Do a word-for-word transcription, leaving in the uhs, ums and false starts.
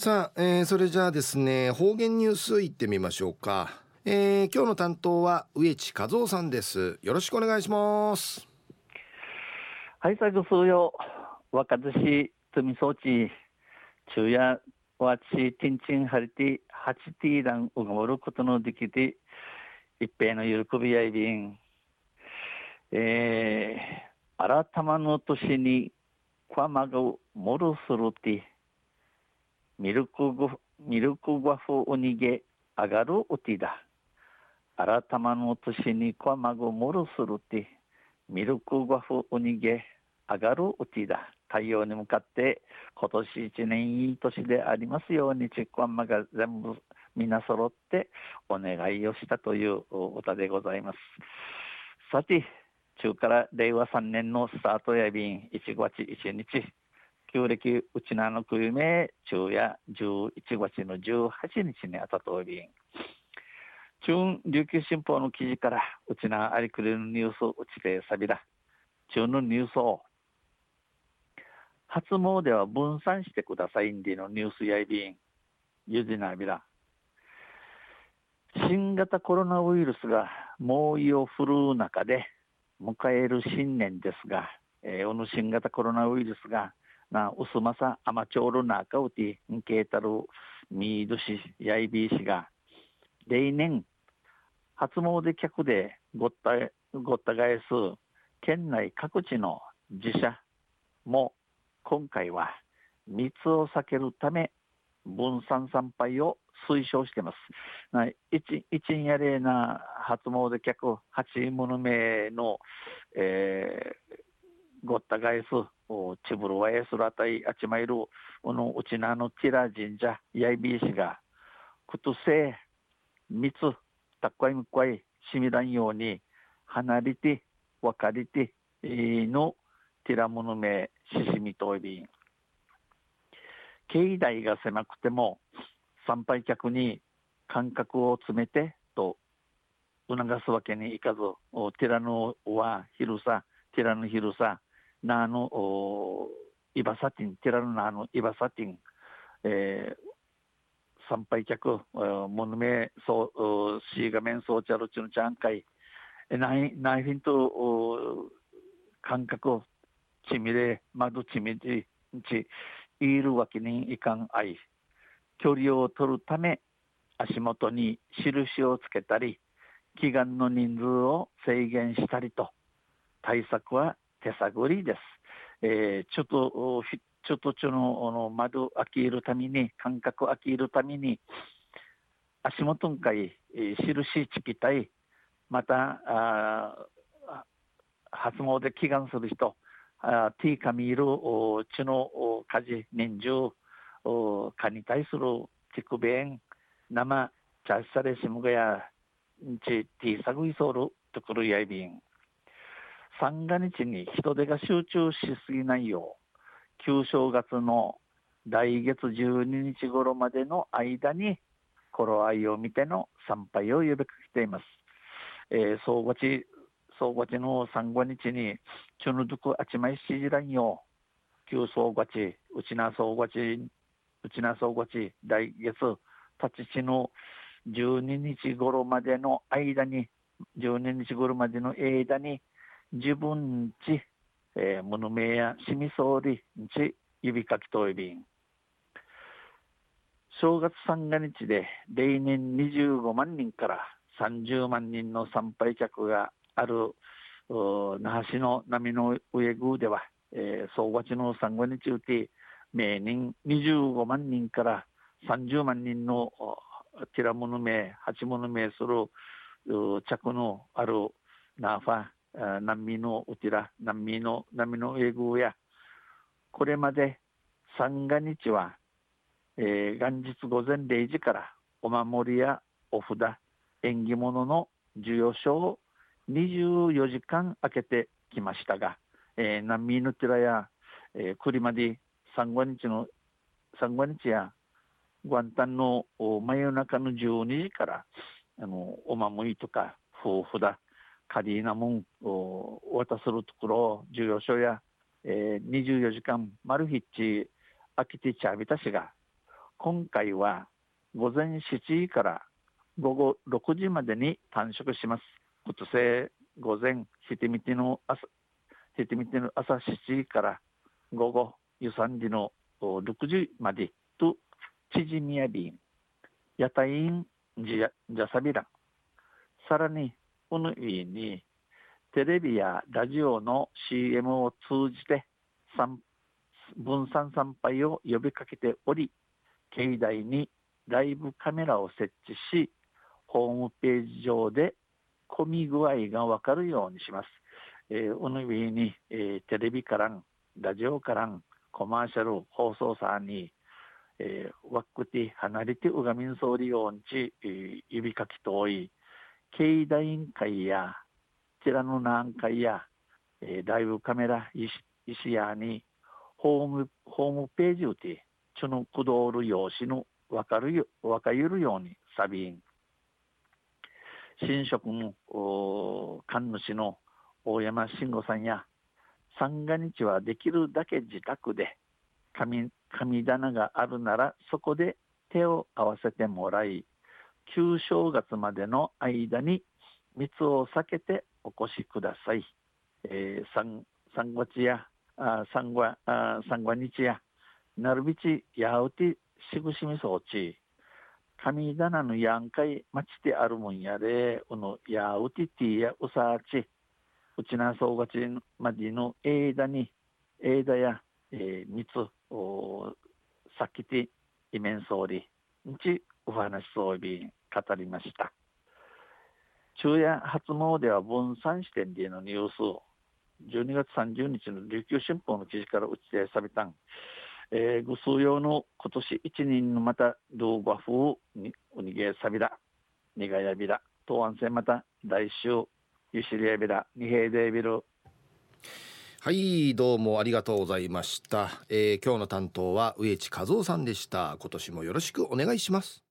さあ、えーそれじゃあですね、方言ニュースいってみましょうか。えー今日の担当は植地和夫さんです。よろしくお願いします。 はい、最後数曜、若寿司、積み装置、昼夜、わち、ティンチンハリティ、ハチティーラン、うがもることのできて、一平の喜びやいびん、えー、新たまの年に、kwaまがもるするて、ミルクゴ、ミルクゴフおにげ、上がるうてだ。新たまの年に、kwaまがもるするて、ミルクゴフおにげ、上がるうちだ。太陽に向かって今年一年いい年でありますように、チックワンマが全部みんな揃ってお願いをしたという歌でございます。さて、中かられいわさんねんのスタートや便いちがついちにち、旧暦うちなのくゆめ昼夜じゅういちがつのじゅうはちにちにあたと便。中琉球新報の記事からうちなありくれるニュースうちでさびら。中のニュースを初詣は分散してくださいんでのニュースやいびん、ゆじなびら。新型コロナウイルスが猛威を振るう中で迎える新年ですが、えー、おの新型コロナウイルスがなうすまさあまちょうるなかうてんけいたるみいどしやいびいしが例年初詣客でごったごった返す県内各地の自社も今回は密を避けるため分散参拝を推奨しています。一一んやれな初詣客八物目の、えー、ごった返すちぶるわえすらたいあちまいるこのうちなのティラ神社やいびいしがくとせ密たっこいむっこいしみらんように離れて分かれて、えー、のティラモノメシシミトイビン境内が狭くても参拝客に間隔を詰めてと促すわけにいかず、ティラノは広さ、ティラノ広さ、ナーのイバサティン、ティラノナーのイバサティン、えー、参拝客、モノメソシーガメンソーチャルチュのチャンカイ、ナイナイフィンと間隔をちみれ、窓ちみじ、ち、いるわけにいかんあい。距離を取るため、足元に印をつけたり、祈願の人数を制限したりと、対策は手探りです。えー、ちょっと、ちょっとちょの、あの窓開けるために、間隔開けるために、足元んかい、えー、印つきたい、また、あ初詣祈願する人、あティーカミール、地の火事、年中、蚊に対する蓄弁、生、チャーサレシムガヤ、チティーサグイソール、とくるやいびん。三が日に人手が集中しすぎないよう、旧正月の来月じゅうににち頃までの間に、頃合いを見ての参拝を呼びかけています。えー、総合地、総合地の三が日に、チュヌドゥクあちまいしじらんよ、旧総合地、うちな総合地、うちな総合地、来月、立ち地のじゅうににち頃までの間に、じゅうににち頃までの間に、自分ち、えー、ムヌメやしみそうりんち、指かきといびん。正月三が日で例年にじゅうごまんにんからさんじゅうまんにんの参拝客がある那覇市の波の上宮では、えー、総月の三が日うて名人にじゅうごまんにんからさんじゅうまんにんのティラモノ名、八モノ名する着のあるナーファ、難民のうてら、難民の波の上宮や、これまで三が日はえー、元日午前れいじからお守りやお札、縁起物の授与所をにじゅうよじかん開けてきましたが、えー、難民の寺や、えー、栗まで三が日の三が日や元旦の真夜中のじゅうにじからあのお守りとか夫婦だカリーナもん渡するところ授与所や、えー、にじゅうよじかん丸ひっち開けてちゃびたしが今回は午前しちじから午後ろくじまでに短縮します。ことせ午前ひてみての朝ひてみての朝しちじから午後ゆさんじのろくじまでと縮みやびん屋台員じやじゃさびら、さらにこの家にテレビやラジオの シーエム を通じて分散参拝を呼びかけており、境内にライブカメラを設置し、ホームページ上で混み具合がわかるようにします。えー、おの上に、えー、テレビからん、ラジオからん、コマーシャル放送さに、えー、わっくて離れてうがみんそうりようにち、えー、指かきとい、境内委員会やティラノ南海や、えー、ライブカメラ石石屋にホームホームページをてちょのくどる用紙のわかるよわかゆるようにサビン新職の神主の大山慎吾さんや三が日はできるだけ自宅で神神棚があるならそこで手を合わせてもらい、旧正月までの間に密を避けてお越しください。えー、三三月やあ三月あ三月日やなるびちやうてしぐしみそうち神棚のやんかい待ちてあるもんやでうのやうててやうさちうちなそうがちまでの枝に枝や、えー、蜜をさっきてイメンソーリんちお話そうび語りました。昼夜初詣は分散視点でのニュースをじゅうにがつさんじゅうにちの琉球新報の記事から打ち出さびたん、えー、ぐすうようの今年一人のまたどうがふうにうにげさびらにがやびら東安線また来週ゆしりやびらにへいでびる。 はい、どうもありがとうございました。えー、今日の担当は植地和夫さんでした。今年もよろしくお願いします。